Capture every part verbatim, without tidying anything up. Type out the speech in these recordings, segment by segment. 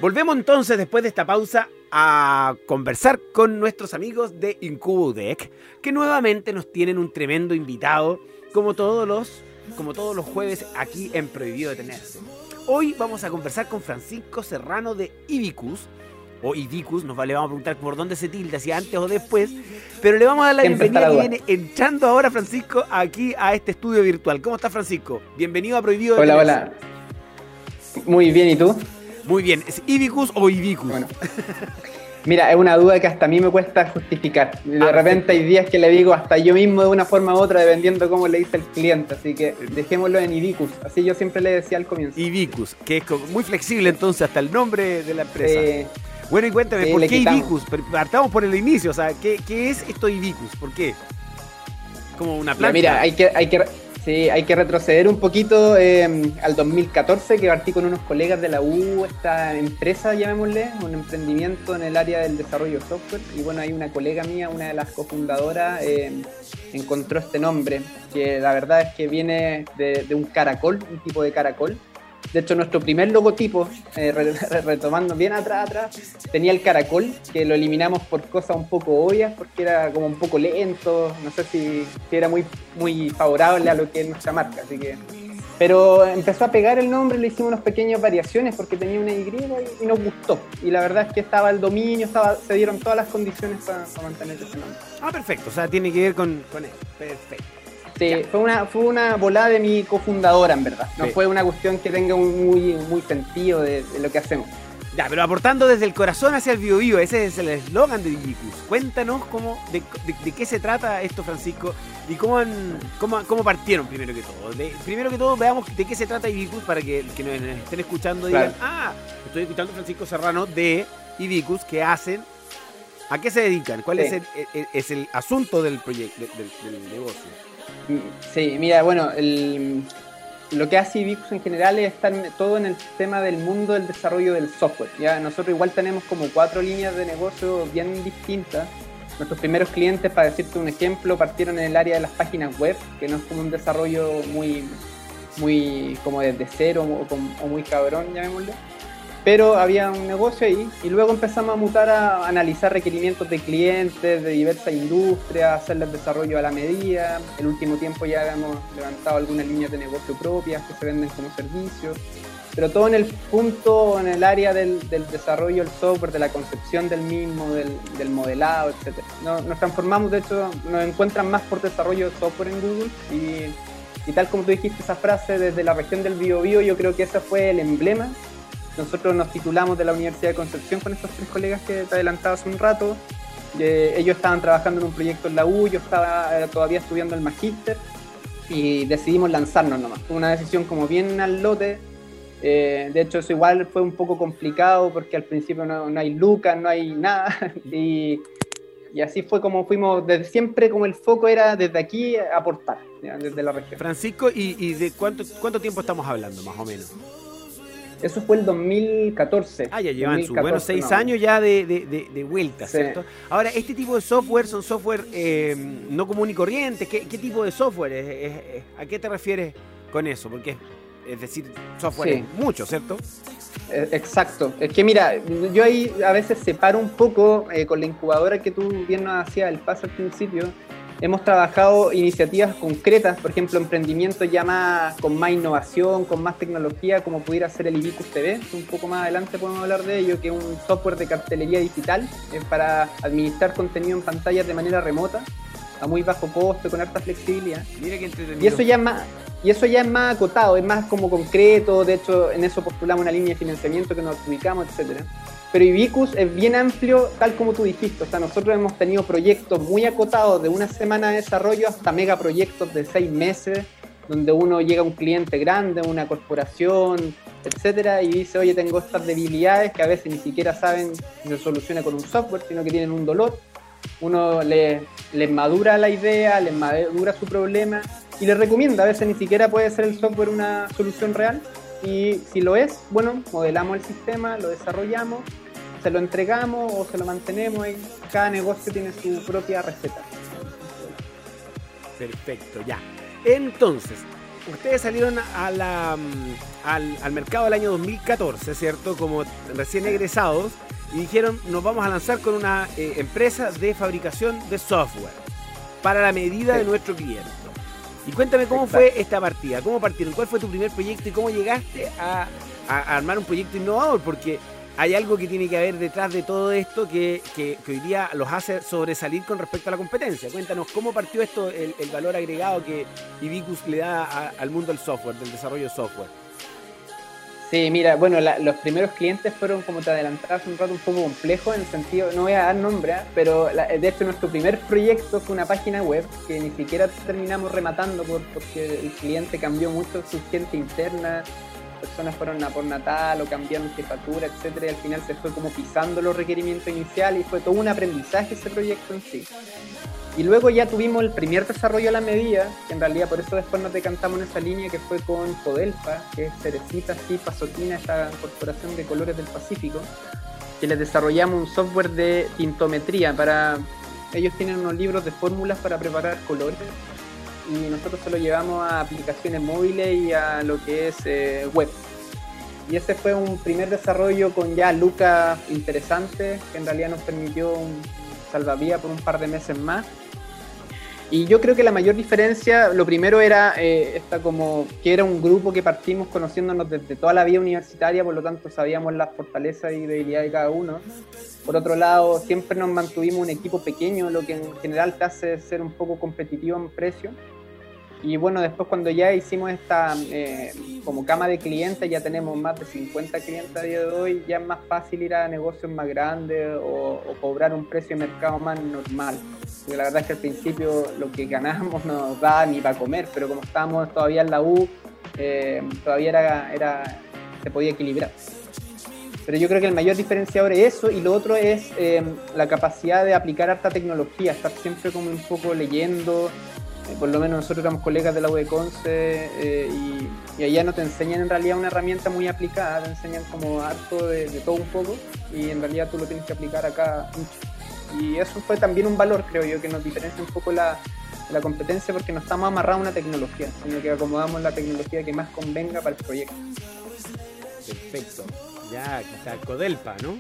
Volvemos entonces después de esta pausa a conversar con nuestros amigos de IncuboDeck, que nuevamente nos tienen un tremendo invitado, como todos los, como todos los jueves aquí en Prohibido Detenerse. Hoy vamos a conversar con Francisco Serrano de Ibicus, o Ibicus, nos le vamos a preguntar por dónde se tilda, si antes o después, pero le vamos a dar la Siempre bienvenida está que la viene entrando ahora Francisco aquí a este estudio virtual. ¿Cómo estás, Francisco? Bienvenido a Prohibido Hola, Detenerse. hola. Muy bien, ¿y tú? Muy bien, ¿es Ibicus o Ibicus? Bueno. Mira, es una duda que hasta a mí me cuesta justificar. De Ah, repente perfecto. hay días que le digo hasta yo mismo de una forma u otra, dependiendo cómo le dice el cliente. Así que dejémoslo en Ibicus. Así yo siempre le decía al comienzo. Ibicus, que es como muy flexible entonces hasta el nombre de la empresa. Eh, Bueno, y cuéntame, sí, ¿por le qué quitamos. Ibicus? Pero partamos por el inicio, o sea, ¿qué, qué es esto Ibicus? ¿Por qué? Como una ya, planta. mira, hay que, hay que, sí, hay que retroceder un poquito eh, al dos mil catorce, que partí con unos colegas de la U, esta empresa, llamémosle, un emprendimiento en el área del desarrollo de software. Y bueno, hay una colega mía, una de las cofundadoras, eh, encontró este nombre, que la verdad es que viene de, de un caracol, un tipo de caracol. De hecho, nuestro primer logotipo, eh, re, re, retomando bien atrás, atrás, tenía el caracol, que lo eliminamos por cosas un poco obvias, porque era como un poco lento, no sé si, si era muy, muy favorable a lo que es nuestra marca, así que... Pero empezó a pegar el nombre, le hicimos unas pequeñas variaciones porque tenía una Y y, y nos gustó. Y la verdad es que estaba el dominio, estaba, se dieron todas las condiciones para, para mantener ese nombre. Ah, perfecto, o sea, tiene que ver con, con él. Perfecto. Sí, fue una, fue una volada de mi cofundadora, en verdad. No Sí. fue una cuestión que tenga un muy, muy sentido de, de lo que hacemos. Ya, pero aportando desde el corazón hacia el bio bio, ese es el eslogan de Ibicus. Cuéntanos cómo, de, de, de qué se trata esto, Francisco, y cómo, han, cómo, cómo partieron primero que todo. De, primero que todo, veamos de qué se trata Ibicus para que, que nos estén escuchando y digan, Claro. ah, estoy escuchando a Francisco Serrano de Ibicus, ¿qué hacen? ¿A qué se dedican? ¿Cuál Sí. es, el, es, es el asunto del proyecto, del, del negocio? Sí, mira, bueno, el, lo que hace Ibicus en general es estar todo en el tema del mundo del desarrollo del software. ¿Ya? Nosotros igual tenemos como cuatro líneas de negocio bien distintas. Nuestros primeros clientes, para decirte un ejemplo, partieron en el área de las páginas web, que no es como un desarrollo muy, muy como desde cero o, o muy cabrón, llamémosle. Pero había un negocio ahí y luego empezamos a mutar a analizar requerimientos de clientes de diversas industrias, hacerles desarrollo a la medida. El último tiempo ya hemos levantado algunas líneas de negocio propias que se venden como servicios, pero todo en el punto, en el área del, del desarrollo del software, de la concepción del mismo, del, del modelado, etcétera. Nos, nos transformamos, de hecho, nos encuentran más por desarrollo de software en Google y, y tal como tú dijiste esa frase desde la región del Bio Bio, yo creo que ese fue el emblema. Nosotros nos titulamos de la Universidad de Concepción con estos tres colegas que te adelantaba hace un rato. Eh, ellos estaban trabajando en un proyecto en la U, yo estaba eh, todavía estudiando el magíster y decidimos lanzarnos nomás. Fue una decisión como bien al lote. Eh, de hecho, eso igual fue un poco complicado porque al principio no, no hay lucas, no hay nada. y, y así fue como fuimos, desde siempre como el foco era desde aquí aportar, ¿ya? Desde la región. Francisco, ¿y, y de cuánto, cuánto tiempo estamos hablando, más o menos? Eso fue el dos mil catorce. Ah, ya llevan sus dos mil catorce, buenos seis no. años ya de, de, de, de vuelta, Sí. ¿cierto? Ahora, este tipo de software son software eh, no común y corriente. ¿Qué, qué tipo de software es, es, es? ¿A qué te refieres con eso? Porque, es decir, software Sí. es mucho, ¿cierto? Eh, Exacto. Es que mira, yo ahí a veces separo un poco eh, con la incubadora que tú bien nos hacías el paso al principio. Hemos trabajado iniciativas concretas, por ejemplo, emprendimientos ya más, con más innovación, con más tecnología, como pudiera ser el Ibicus T V. Un poco más adelante podemos hablar de ello, que es un software de cartelería digital eh, para administrar contenido en pantallas de manera remota, a muy bajo costo, con alta flexibilidad. Mira qué entretenido. Y eso ya es más, y eso ya es más acotado, es más como concreto. De hecho, en eso postulamos una línea de financiamiento que nos ubicamos, etcétera. Pero Ibicus es bien amplio, tal como tú dijiste. O sea, nosotros hemos tenido proyectos muy acotados de una semana de desarrollo hasta megaproyectos de seis meses, donde uno llega a un cliente grande, una corporación, etcétera, y dice, oye, tengo estas debilidades que a veces ni siquiera saben si se soluciona con un software, sino que tienen un dolor. Uno les, les madura la idea, les madura su problema y les recomienda. A veces ni siquiera puede ser el software una solución real. Y si lo es, bueno, modelamos el sistema, lo desarrollamos, se lo entregamos o se lo mantenemos y cada negocio tiene su propia receta. Perfecto, ya. Entonces, ustedes salieron a la, al, al mercado el año dos mil catorce, ¿cierto? Como recién egresados, y dijeron, nos vamos a lanzar con una eh, empresa de fabricación de software para la medida sí. de nuestro cliente. Y cuéntame cómo Exacto. fue esta partida, cómo partieron, cuál fue tu primer proyecto y cómo llegaste a, a, a armar un proyecto innovador, porque hay algo que tiene que haber detrás de todo esto que, que, que hoy día los hace sobresalir con respecto a la competencia. Cuéntanos cómo partió esto, el, el valor agregado que Ibicus le da a, al mundo del software, del desarrollo de software. Sí, mira, bueno, la, los primeros clientes fueron, como te adelantabas un rato, un poco complejos, en el sentido, no voy a dar nombre, ¿eh? pero la, de hecho nuestro primer proyecto fue una página web que ni siquiera terminamos rematando por, porque el cliente cambió mucho su gente interna, personas fueron a por natal o cambiaron jefatura, etcétera, y al final se fue como pisando los requerimientos iniciales y fue todo un aprendizaje ese proyecto en sí. Y luego ya tuvimos el primer desarrollo a la medida, que en realidad por eso después nos decantamos en esa línea, que fue con Codelpa, que es Cerecita, sí, Pasotina, esta corporación de colores del Pacífico, que les desarrollamos un software de tintometría para... Ellos tienen unos libros de fórmulas para preparar colores, y nosotros se lo llevamos a aplicaciones móviles y a lo que es eh, web. Y ese fue un primer desarrollo con ya lucas interesantes, que en realidad nos permitió un salvavidas por un par de meses más. Y yo creo que la mayor diferencia, lo primero era eh, esta como que era un grupo que partimos conociéndonos desde toda la vida universitaria, por lo tanto sabíamos las fortalezas y debilidades de cada uno. Por otro lado, siempre nos mantuvimos un equipo pequeño, lo que en general te hace ser un poco competitivo en precio. Y bueno, después cuando ya hicimos esta eh, como cama de clientes, ya tenemos más de cincuenta clientes a día de hoy, ya es más fácil ir a negocios más grandes o, o cobrar un precio de mercado más normal. Porque la verdad es que al principio lo que ganábamos no nos daba ni para comer, pero como estábamos todavía en la U, eh, todavía era, era, se podía equilibrar. Pero yo creo que el mayor diferenciador es eso, y lo otro es eh, la capacidad de aplicar harta tecnología, estar siempre como un poco leyendo. Por lo menos nosotros éramos colegas de la U de Conce eh, y, y allá no te enseñan en realidad una herramienta muy aplicada, te enseñan como harto de, de todo un poco, y en realidad tú lo tienes que aplicar acá. Y eso fue también un valor, creo yo, que nos diferencia un poco la, la competencia, porque no estamos amarrados a una tecnología, sino que acomodamos la tecnología que más convenga para el proyecto. Perfecto. Ya, aquí está Codelpa, ¿no?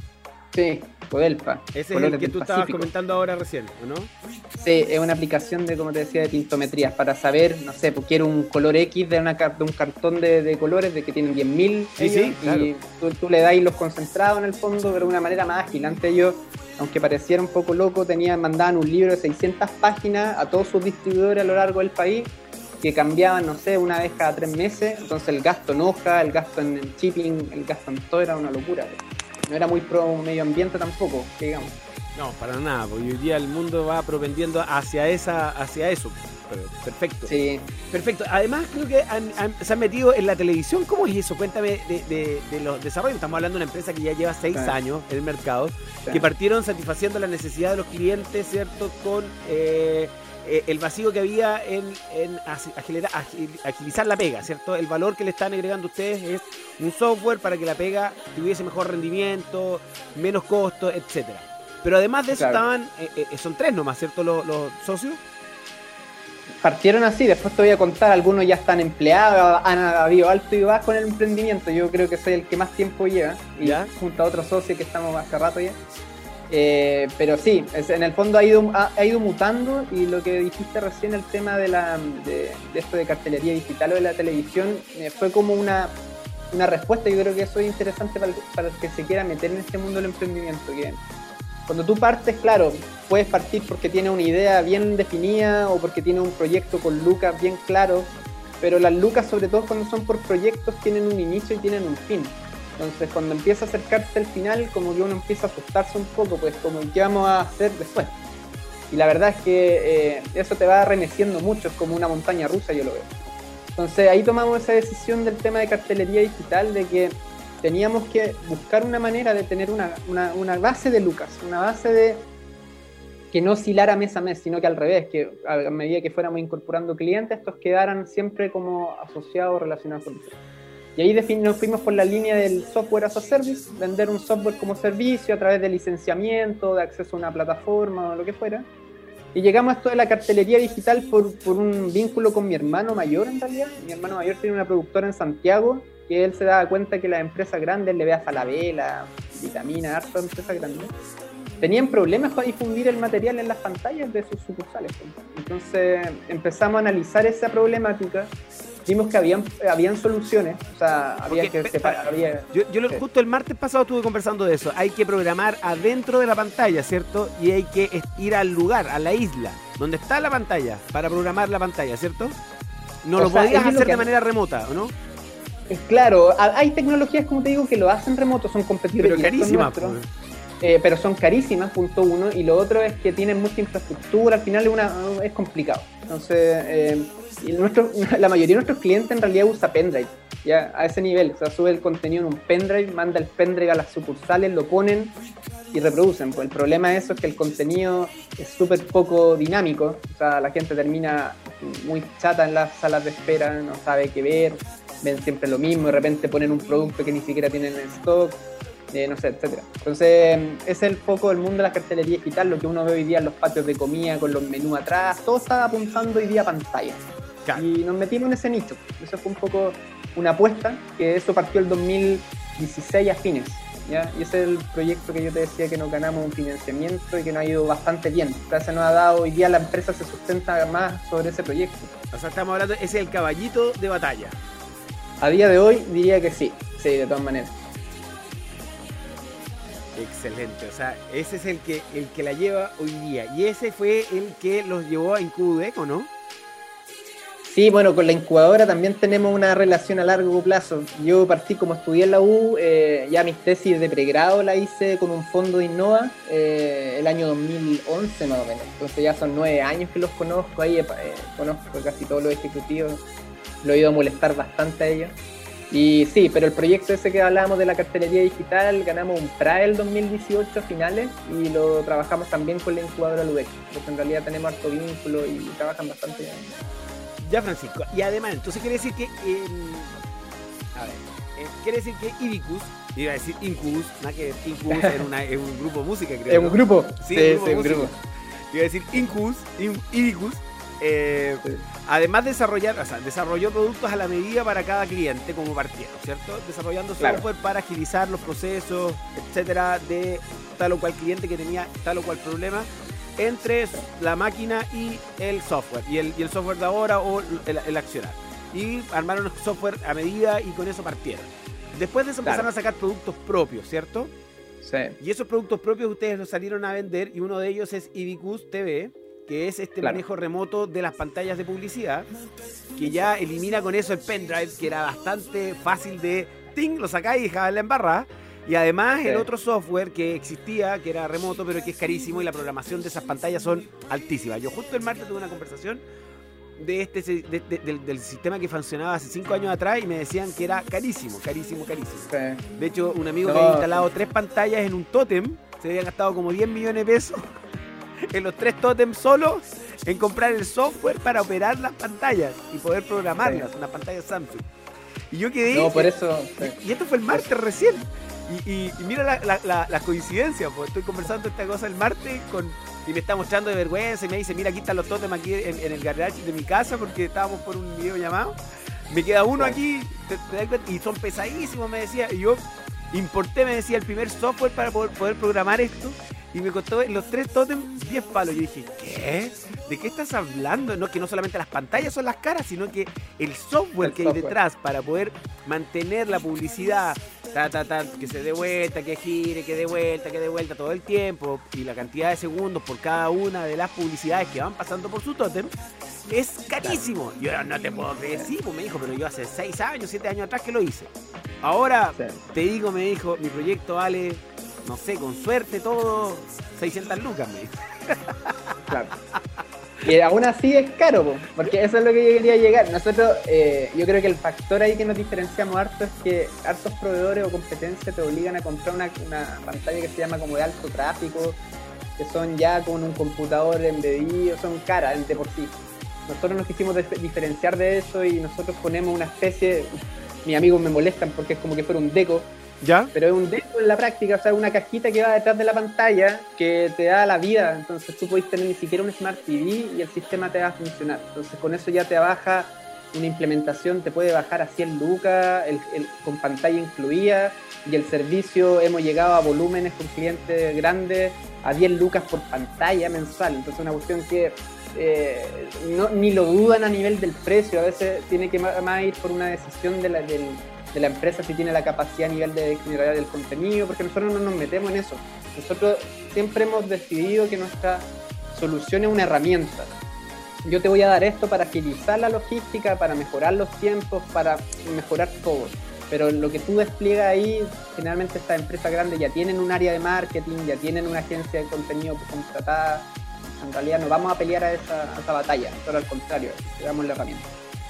Sí, Codelpa. Ese es el que tú estabas comentando ahora recién, ¿o no? Sí, es una aplicación de, como te decía, de tintometrías para saber, no sé, porque quiero un color X de, una, de un cartón de, de colores de que tienen diez mil sí, sí, claro. Y tú, tú le das los concentrados en el fondo, pero de una manera más ágil. Antes ellos, aunque pareciera un poco loco, tenían, mandaban un libro de seiscientas páginas a todos sus distribuidores a lo largo del país, que cambiaban, no sé, una vez cada tres meses, entonces el gasto en hoja, el gasto en el shipping, el gasto en todo era una locura. No era muy pro medio ambiente tampoco, digamos. No, para nada, porque hoy día el mundo va propendiendo hacia esa, hacia eso. Pero perfecto. Sí. Perfecto. Además, creo que han, han, se han metido en la televisión. ¿Cómo es eso? Cuéntame de, de, de los desarrollos. Estamos hablando de una empresa que ya lleva seis sí. años en el mercado, sí. que partieron satisfaciendo la necesidad de los clientes, ¿cierto? Con eh, eh, el vacío que había en, en agilizar, agilizar la pega, ¿cierto? El valor que le están agregando ustedes es un software para que la pega tuviese mejor rendimiento, menos costos, etcétera. Pero además de eso claro. estaban, eh, eh, son tres nomás, ¿cierto? Los, los socios. Partieron así, después te voy a contar, algunos ya están empleados, han habido alto y bajo en el emprendimiento, yo creo que soy el que más tiempo lleva, y ¿ya? junto a otros socios que estamos hace rato ya. Eh, pero sí, es, en el fondo ha ido, ha, ha ido mutando, y lo que dijiste recién, el tema de, la, de, de esto de cartelería digital o de la televisión, eh, fue como una, una respuesta. Yo creo que eso es interesante para el, para el que se quiera meter en este mundo del emprendimiento, que cuando tú partes, claro, puedes partir porque tienes una idea bien definida o porque tienes un proyecto con lucas bien claro, pero las lucas, sobre todo cuando son por proyectos, tienen un inicio y tienen un fin. Entonces, cuando empieza a acercarse al final, como que uno empieza a asustarse un poco, pues como, ¿qué vamos a hacer después? Y la verdad es que eh, eso te va remeciendo mucho, es como una montaña rusa, yo lo veo. Entonces, ahí tomamos esa decisión del tema de cartelería digital, de que teníamos que buscar una manera de tener una, una, una base de lucas, una base de que no oscilara mes a mes, sino que al revés, que a medida que fuéramos incorporando clientes, estos quedaran siempre como asociados, relacionados con eso. Y ahí nos fuimos por la línea del software as a service, vender un software como servicio a través de licenciamiento, de acceso a una plataforma o lo que fuera. Y llegamos a esto de la cartelería digital por, por un vínculo con mi hermano mayor, en realidad. Mi hermano mayor tiene una productora en Santiago, que él se daba cuenta que las empresas grandes, le vea Falabella, Vitamina, hartas empresas grandes, tenían problemas para difundir el material en las pantallas de sus sucursales. Entonces empezamos a analizar esa problemática. Vimos que habían, habían soluciones, o sea, había Porque, que separar. Había, yo yo sí. justo el martes pasado estuve conversando de eso. Hay que programar adentro de la pantalla, ¿cierto? Y hay que ir al lugar, a la isla, donde está la pantalla, para programar la pantalla, ¿cierto? No O lo sea, podías es lo hacer que- de manera remota, ¿o no? Eh, Claro, ha- hay tecnologías, como te digo, que lo hacen remoto, son competibles. Pero carísimas, nuestros, pues. eh, pero son carísimas, punto uno. Y lo otro es que tienen mucha infraestructura, al final es, una, es complicado. Entonces, eh, y nuestro, la mayoría de nuestros clientes en realidad usa pendrive, ya a ese nivel. O sea, sube el contenido en un pendrive, manda el pendrive a las sucursales, lo ponen y reproducen. Pues el problema de eso es que el contenido es súper poco dinámico. O sea, la gente termina muy chata en las salas de espera, no sabe qué ver, ven siempre lo mismo, de repente ponen un producto que ni siquiera tienen en stock, eh, no sé, etcétera. Entonces, ese es el foco del mundo de la cartelería digital, lo que uno ve hoy día en los patios de comida, con los menús atrás, todo está apuntando hoy día a pantalla. Claro. Y nos metimos en ese nicho. Eso fue un poco una apuesta, que eso partió el dos mil dieciséis a fines, ¿ya? Y ese es el proyecto que yo te decía que nos ganamos un financiamiento y que nos ha ido bastante bien. O sea, se nos ha dado, hoy día la empresa se sustenta más sobre ese proyecto. O sea, estamos hablando, ese es el caballito de batalla. A día de hoy diría que sí, sí, de todas maneras. Excelente, o sea, ese es el que el que la lleva hoy día. Y ese fue el que los llevó a Incubudec, ¿o no? Sí, bueno, con la incubadora también tenemos una relación a largo plazo. Yo partí como estudié en la U, eh, ya mis tesis de pregrado la hice con un fondo de Innova eh, el año dos mil once más o menos. Entonces ya son nueve años que los conozco ahí, eh, conozco casi todos los ejecutivos, lo he ido a molestar bastante a ellos. Y sí, pero el proyecto ese que hablábamos de la cartelería digital, ganamos un P R A E el dos mil dieciocho a finales y lo trabajamos también con la incubadora Ludec, porque en realidad tenemos harto vínculo y trabajan bastante bien. Ya, Francisco. Y además, entonces quiere decir que... eh, a ver, eh, quiere decir que Ibicus, iba a decir Incubus, nada que ver, Incubus es, una, es un grupo de música, creo. ¿Es un ¿no? grupo? Sí, Sí, un grupo sí, de un música. grupo. Iba a decir Incubus, In- Ibicus, eh, Sí. además de desarrollar, o sea, desarrolló productos a la medida para cada cliente como partieron, ¿cierto? Desarrollando Claro. software para agilizar los procesos, etcétera, de tal o cual cliente que tenía tal o cual problema entre la máquina y el software, y el, y el software de ahora o el, el accionar. Y armaron un software a medida y con eso partieron. Después de eso Claro. empezaron a sacar productos propios, ¿cierto? Sí. Y esos productos propios ustedes los salieron a vender y uno de ellos es Ibicus T V, que es este Claro. manejo remoto de las pantallas de publicidad, que ya elimina con eso el pendrive, que era bastante fácil de, ting, lo sacáis y dejabas la embarrada. Y además Sí. el otro software que existía, que era remoto, pero que es carísimo y la programación de esas pantallas son altísimas. Yo justo el martes tuve una conversación de este de- de- del, del sistema que funcionaba hace cinco años atrás y me decían que era carísimo, carísimo, carísimo. Sí. De hecho, un amigo No. que había instalado tres pantallas en un tótem, se había gastado como diez millones de pesos en los tres tótems solos en comprar el software para operar las pantallas y poder programarlas, Sí. una pantalla Samsung. Y yo quedé... No, por eso. Sí. Y esto fue el martes recién. Y, y- y mira la, la, la, la coincidencia, pues estoy conversando esta cosa el martes con, y me está mostrando de vergüenza y me dice, mira, aquí están los tótems aquí en, en el garage de mi casa porque estábamos por un video llamado. Me queda uno Claro. aquí, te- te das cuenta, y son pesadísimos, me decía. Y yo importé, me decía, el primer software para poder, poder programar esto. Y me costó los tres tótems diez palos. Yo dije, ¿qué? ¿De qué estás hablando? No, que no solamente las pantallas son las caras, sino que el software El que hay software. detrás para poder mantener la publicidad, ta, ta, ta, que se dé vuelta, que gire, que dé vuelta, que dé vuelta todo el tiempo, y la cantidad de segundos por cada una de las publicidades que van pasando por su tótem, es carísimo. Yo no te puedo creer, sí, pues me dijo, pero yo hace seis años, siete años atrás que lo hice. Ahora, Sí. te digo, me dijo, mi proyecto vale, no sé, con suerte todo, seiscientas lucas, me dijo. Claro. Y aún así es caro, po, porque eso es lo que yo quería llegar. Nosotros, eh, yo creo que el factor ahí que nos diferenciamos harto es que hartos proveedores o competencias te obligan a comprar una, una pantalla que se llama como de alto tráfico, que son ya con un computador embedido, son caras de por sí. Nosotros nos quisimos dif- diferenciar de eso y nosotros ponemos una especie, mis amigos me molestan porque es como que fuera un deco, ¿Ya? Pero es un demo en la práctica, o sea, una cajita que va detrás de la pantalla que te da la vida. Entonces tú podés tener ni siquiera un Smart T V y el sistema te va a funcionar. Entonces con eso ya te baja una implementación, te puede bajar a cien lucas, el, el, con pantalla incluida, y el servicio hemos llegado a volúmenes con clientes grandes a diez lucas por pantalla mensual. Entonces una cuestión que eh, no, ni lo dudan a nivel del precio, a veces tiene que más, más ir por una decisión de la, del de la empresa si tiene la capacidad a nivel de generar el contenido, porque nosotros no nos metemos en eso. Nosotros siempre hemos decidido que nuestra solución es una herramienta. Yo te voy a dar esto para agilizar la logística, para mejorar los tiempos, para mejorar todo. Pero lo que tú despliegas ahí, generalmente estas empresas grandes ya tienen un área de marketing, ya tienen una agencia de contenido contratada. En realidad no vamos a pelear a esa, a esa batalla, pero al contrario, le damos la herramienta.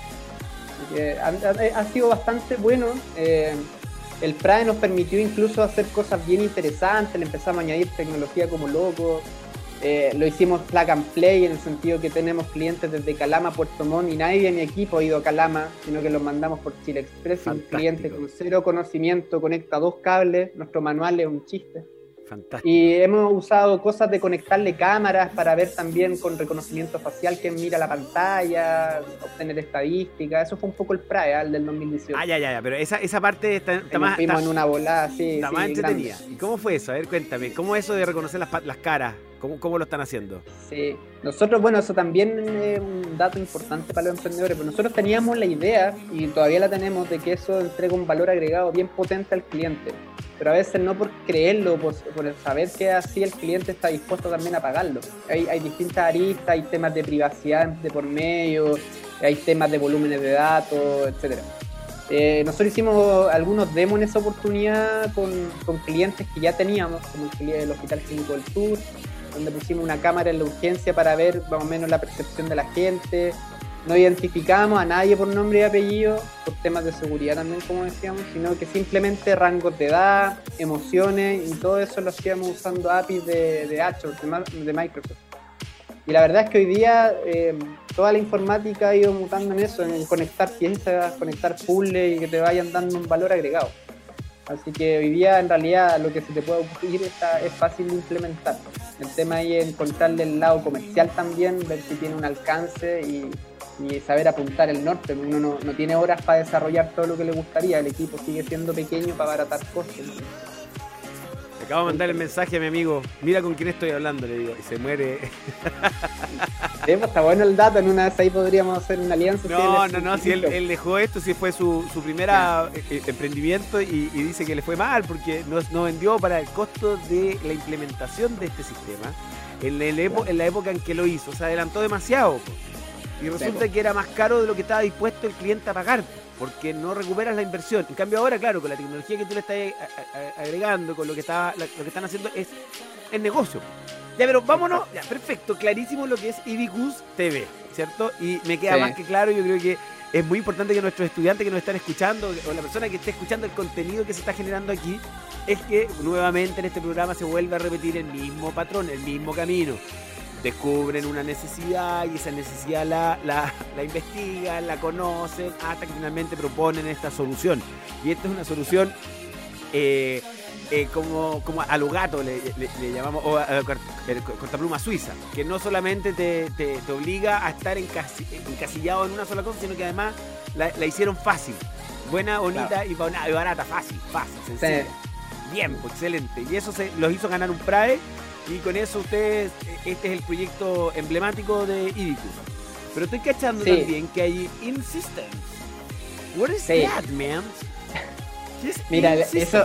Eh, ha, ha, ha sido bastante bueno. Eh, el Prade nos permitió incluso hacer cosas bien interesantes, le empezamos a añadir tecnología como locos. Eh, lo hicimos plug and play en el sentido que tenemos clientes desde Calama a Puerto Montt y nadie de mi equipo ha ido a Calama, sino que los mandamos por Chile Express. Un cliente con cero conocimiento conecta dos cables, nuestro manual es un chiste. Fantástico. Y hemos usado cosas de conectarle cámaras para ver también con reconocimiento facial que mira la pantalla, obtener estadísticas. Eso fue un poco el Prade, ¿eh? El del dos mil dieciocho. Ah, ya, ya, ya, pero esa, esa parte está, está más... Fuimos está, en una volada, sí, está sí, más entretenida. grande. ¿Y cómo fue eso? A ver, cuéntame. ¿Cómo eso de reconocer las, las caras? ¿Cómo, ¿Cómo lo están haciendo? Sí, nosotros, bueno, eso también es un dato importante para los emprendedores, pero nosotros teníamos la idea, y todavía la tenemos, de que eso entrega un valor agregado bien potente al cliente. Pero a veces no por creerlo, por, por saber que así el cliente está dispuesto también a pagarlo. Hay, hay distintas aristas, hay temas de privacidad de por medio, hay temas de volúmenes de datos, etcétera. Eh, nosotros hicimos algunos demos en esa oportunidad con, con clientes que ya teníamos, como el, el Hospital Clínico del Sur, donde pusimos una cámara en la urgencia para ver más o menos la percepción de la gente. No identificamos a nadie por nombre y apellido, por temas de seguridad también, como decíamos, sino que simplemente rangos de edad, emociones, y todo eso lo hacíamos usando A P Is de, de Azure, de, de Microsoft. Y la verdad es que hoy día eh, toda la informática ha ido mutando en eso, en conectar piezas, conectar puzzles y que te vayan dando un valor agregado. Así que hoy día en realidad lo que se te puede ocurrir está, es fácil de implementar. El tema ahí es encontrarle el lado comercial también, ver si tiene un alcance y, y saber apuntar el norte. Uno no, no tiene horas para desarrollar todo lo que le gustaría, el equipo sigue siendo pequeño para abaratar costos. Le acabo de mandar el mensaje a mi amigo, mira con quién estoy hablando, le digo, y se muere. Sí, pues está bueno el dato, en una vez ahí podríamos hacer una alianza. No, no, no, si él, él dejó esto, si fue su, su primera eh, emprendimiento y, y dice que le fue mal porque no, no vendió para el costo de la implementación de este sistema en, el epo, en la época en que lo hizo, se adelantó demasiado po. Y resulta que era más caro de lo que estaba dispuesto el cliente a pagar, porque no recuperas la inversión. En cambio ahora, claro, con la tecnología que tú le estás agregando, con lo que, está, lo que están haciendo, es el negocio. Ya, pero vámonos, ya, perfecto, clarísimo lo que es Ibicus T V, ¿cierto? Y me queda sí. más que claro, yo creo que es muy importante que nuestros estudiantes que nos están escuchando, o la persona que esté escuchando el contenido que se está generando aquí, es que nuevamente en este programa se vuelve a repetir el mismo patrón, el mismo camino. Descubren una necesidad y esa necesidad la, la, la investigan, la conocen, hasta que finalmente proponen esta solución. Y esta es una solución eh, eh, como, como a lo gato le, le, le llamamos, o a, a, a cortapluma suiza, que no solamente te, te, te obliga a estar encasi, encasillado en una sola cosa, sino que además la, la hicieron fácil, buena, bonita claro. y barata, fácil, fácil, sencilla. Sí. Bien, pues, excelente. Y eso se los hizo ganar un Prade. Y con eso ustedes, este es el proyecto emblemático de Ibicus. Pero estoy cachando sí. también que hay InSystems. What is sí. that, man? Mira, eso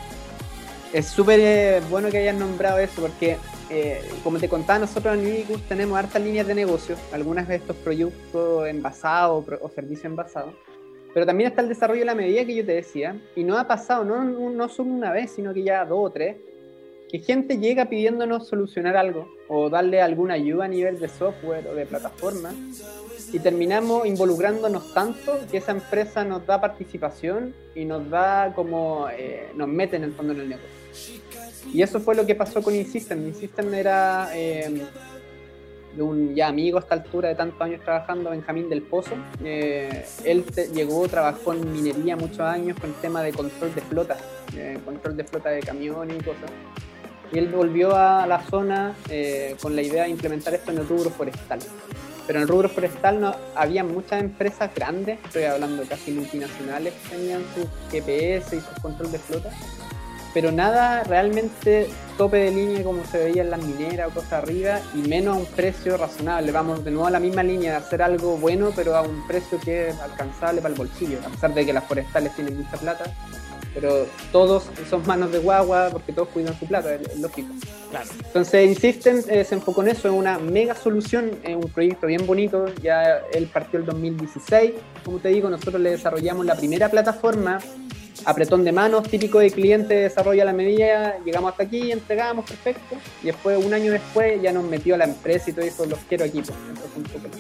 es súper eh, bueno que hayan nombrado eso, porque eh, como te contaba, nosotros en Ibicus tenemos hartas líneas de negocio, algunas de estos productos envasados o servicios envasados, pero también está el desarrollo de la medida que yo te decía, y no ha pasado, no, no solo una vez, sino que ya dos o tres, que gente llega pidiéndonos solucionar algo o darle alguna ayuda a nivel de software o de plataforma y terminamos involucrándonos tanto que esa empresa nos da participación y nos da como, eh, nos mete en el fondo en el negocio. Y eso fue lo que pasó con InSystems. InSystems era, eh, de un ya amigo a esta altura de tantos años trabajando, Benjamín del Pozo. Eh, él te, llegó, trabajó en minería muchos años con el tema de control de flota, eh, control de flota de camiones y cosas. Y él volvió a la zona eh, con la idea de implementar esto en el rubro forestal. Pero en el rubro forestal no, había muchas empresas grandes, estoy hablando casi multinacionales, que tenían sus G P S y sus control de flota, pero nada realmente tope de línea como se veía en las mineras o cosas arriba, y menos a un precio razonable. Vamos de nuevo a la misma línea de hacer algo bueno, pero a un precio que es alcanzable para el bolsillo, a pesar de que las forestales tienen mucha plata, pero todos son manos de guagua porque todos cuidan su plata, es lógico. Claro. Entonces Insystem eh, se enfocó en eso, en una mega solución, en un proyecto bien bonito. Ya él partió el dos mil dieciséis, como te digo, nosotros le desarrollamos la primera plataforma, apretón de manos, típico de cliente, desarrolla la medida, llegamos hasta aquí, entregamos, perfecto, y después, un año después, ya nos metió a la empresa y todo eso, los quiero aquí, pues. Entonces, un poco.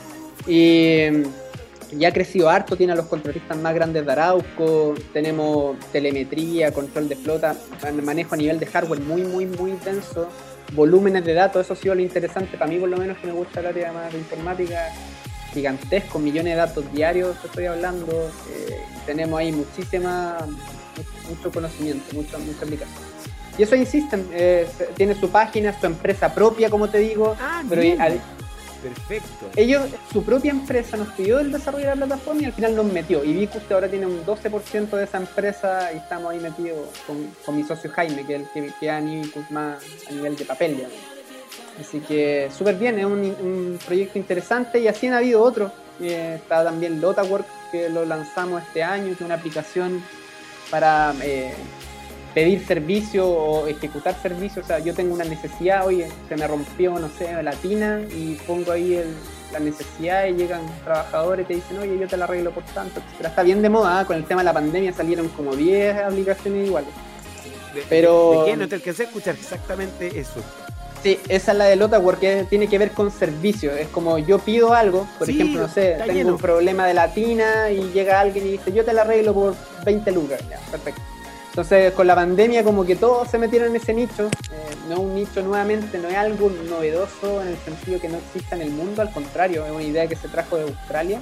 Y ya ha crecido harto, tiene a los contratistas más grandes de Arauco, tenemos telemetría, control de flota, manejo a nivel de hardware muy, muy, muy denso, volúmenes de datos, eso ha sido lo interesante para mí, por lo menos, que me gusta el área más de informática, gigantesco, millones de datos diarios, estoy hablando, eh, tenemos ahí muchísima, mucho conocimiento, mucha, mucha aplicación. Y eso Insystem, eh, tiene su página, su empresa propia, como te digo, ah, pero al, perfecto. Ellos, su propia empresa nos pidió el desarrollo de la plataforma y al final nos metió. Y Vicus ahora tiene un doce por ciento de esa empresa y estamos ahí metidos con, con mi socio Jaime, que es el que queda en Vicus más a nivel de papel, digamos. Así que súper bien, es un, un proyecto interesante y así han habido otros. Eh, está también Lotawork, que lo lanzamos este año, que es una aplicación para eh, pedir servicio o ejecutar servicio. O sea, yo tengo una necesidad, oye, se me rompió, no sé, la tina y pongo ahí el, la necesidad y llegan trabajadores y te dicen, oye, yo te la arreglo por tanto, etcétera. Está bien de moda, ¿eh? Con el tema de la pandemia salieron como diez aplicaciones iguales. Pero... ¿De, de, de qué? No te alcancé a escuchar exactamente eso. Sí, esa es la de Lotawork, que tiene que ver con servicios. Es como yo pido algo, por sí, ejemplo, no sé, tengo lleno. un problema de la tina y llega alguien y dice, yo te la arreglo por veinte lucas. Ya, perfecto. Entonces, con la pandemia, como que todos se metieron en ese nicho. Eh, no es un nicho nuevamente, no es algo novedoso en el sentido que no exista en el mundo, al contrario, es una idea que se trajo de Australia.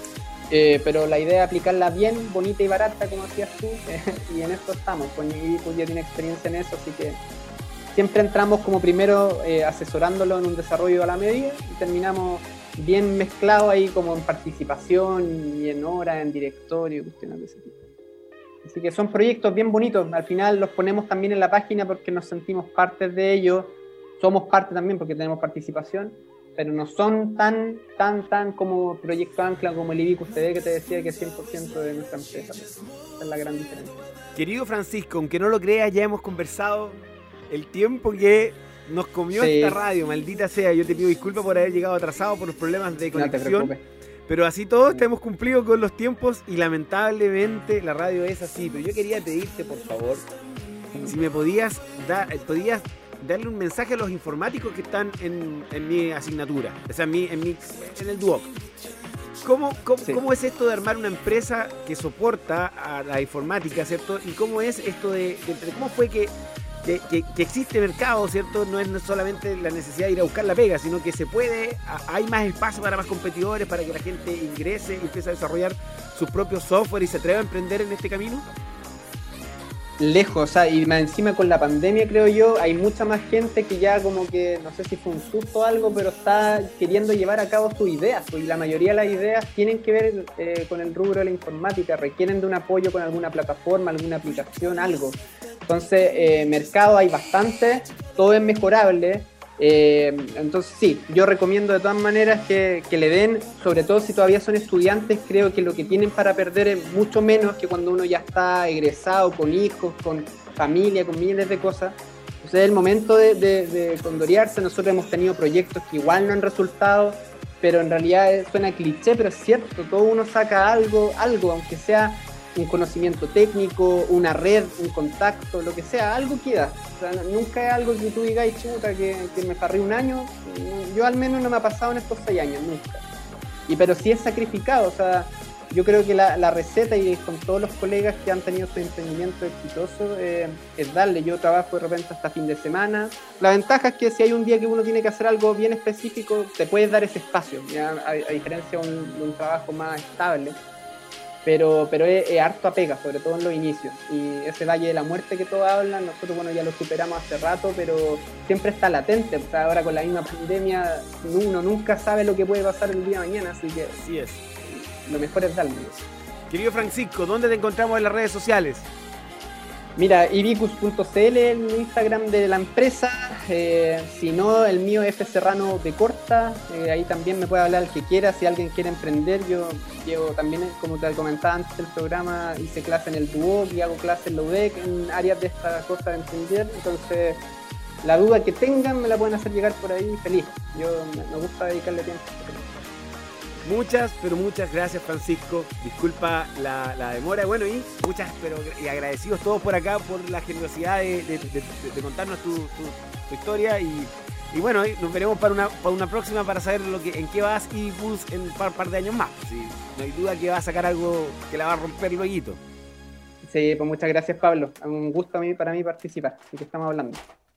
Eh, pero la idea es aplicarla bien, bonita y barata, como decías tú, eh, y en esto estamos. Pues Nicus ya tiene experiencia en eso, así que siempre entramos como primero eh, asesorándolo en un desarrollo a la medida y terminamos bien mezclados ahí como en participación y en hora, en directorio, cuestiones de ese tipo. Así que son proyectos bien bonitos, al final los ponemos también en la página porque nos sentimos parte de ellos, somos parte también porque tenemos participación, pero no son tan, tan, tan como Proyecto Ancla, como el Ibicus T V que te decía que es cien por ciento de nuestra empresa. Esa es la gran diferencia. Querido Francisco, aunque no lo creas, ya hemos conversado el tiempo que nos comió sí. esta radio, maldita sea. Yo te pido disculpas por haber llegado atrasado por los problemas de conexión. No pero así todos te hemos cumplido con los tiempos y lamentablemente la radio es así. Pero yo quería pedirte, por favor, si me podías, dar, podías darle un mensaje a los informáticos que están en, en mi asignatura, o sea, en, mi, en, mi, en el Duoc. ¿Cómo, cómo, sí. ¿Cómo es esto de armar una empresa que soporta a la informática, ¿cierto? Y cómo es esto de, de cómo fue que Que, que, que existe mercado, ¿cierto? No es solamente la necesidad de ir a buscar la pega, sino que se puede, hay más espacio para más competidores, para que la gente ingrese y empiece a desarrollar sus propios software y se atreva a emprender en este camino. Lejos, o sea, y más encima con la pandemia, creo yo, hay mucha más gente que ya como que, no sé si fue un susto o algo, pero está queriendo llevar a cabo sus ideas, pues, y la mayoría de las ideas tienen que ver eh, con el rubro de la informática, requieren de un apoyo con alguna plataforma, alguna aplicación, algo. Entonces, eh, mercado hay bastante, todo es mejorable. Eh, entonces sí, yo recomiendo de todas maneras que, que le den, sobre todo si todavía son estudiantes, creo que lo que tienen para perder es mucho menos que cuando uno ya está egresado, con hijos, con familia, con miles de cosas. Entonces es el momento de, de, de condorearse. Nosotros hemos tenido proyectos que igual no han resultado, pero en realidad suena cliché, pero es cierto, todo uno saca algo, algo, aunque sea un conocimiento técnico, una red, un contacto, lo que sea, algo queda. O sea, nunca es algo que tú digas, chuta, que, que me farré un año. Yo al menos no me ha pasado en estos seis años, nunca. Y pero sí es sacrificado, o sea, yo creo que la, la receta, y con todos los colegas que han tenido su emprendimiento exitoso, eh, es darle. Yo trabajo de repente hasta fin de semana. La ventaja es que si hay un día que uno tiene que hacer algo bien específico, te puedes dar ese espacio, ¿ya? A, a diferencia de un, de un trabajo más estable. Pero, pero es, es harto apega, sobre todo en los inicios. Y ese valle de la muerte que todos hablan, nosotros bueno ya lo superamos hace rato, pero siempre está latente. O sea, ahora con la misma pandemia, uno nunca sabe lo que puede pasar el día de mañana, así que Así es. lo mejor es darle. Querido Francisco, ¿dónde te encontramos en las redes sociales? Mira, ibicus punto c l el Instagram de la empresa, eh, si no, el mío es fserrano de corta, eh, ahí también me puede hablar el que quiera, si alguien quiere emprender. Yo llevo también, como te comentaba antes del programa, hice clase en el Duoc y hago clase en la U D E C en áreas de esta cosa de emprender, entonces la duda que tengan me la pueden hacer llegar por ahí, feliz. Yo me, me gusta dedicarle tiempo. Muchas, pero muchas gracias, Francisco. Disculpa la, la demora. Bueno, y muchas, pero y agradecidos todos por acá por la generosidad de, de, de, de contarnos tu, tu, tu historia. Y, y bueno, nos veremos para una, para una próxima para saber lo que, en qué vas y Bus en un par, par de años más. Sí, no hay duda que va a sacar algo que la va a romper luego. Sí, pues muchas gracias, Pablo. Un gusto a mí, para mí participar. Así que estamos hablando.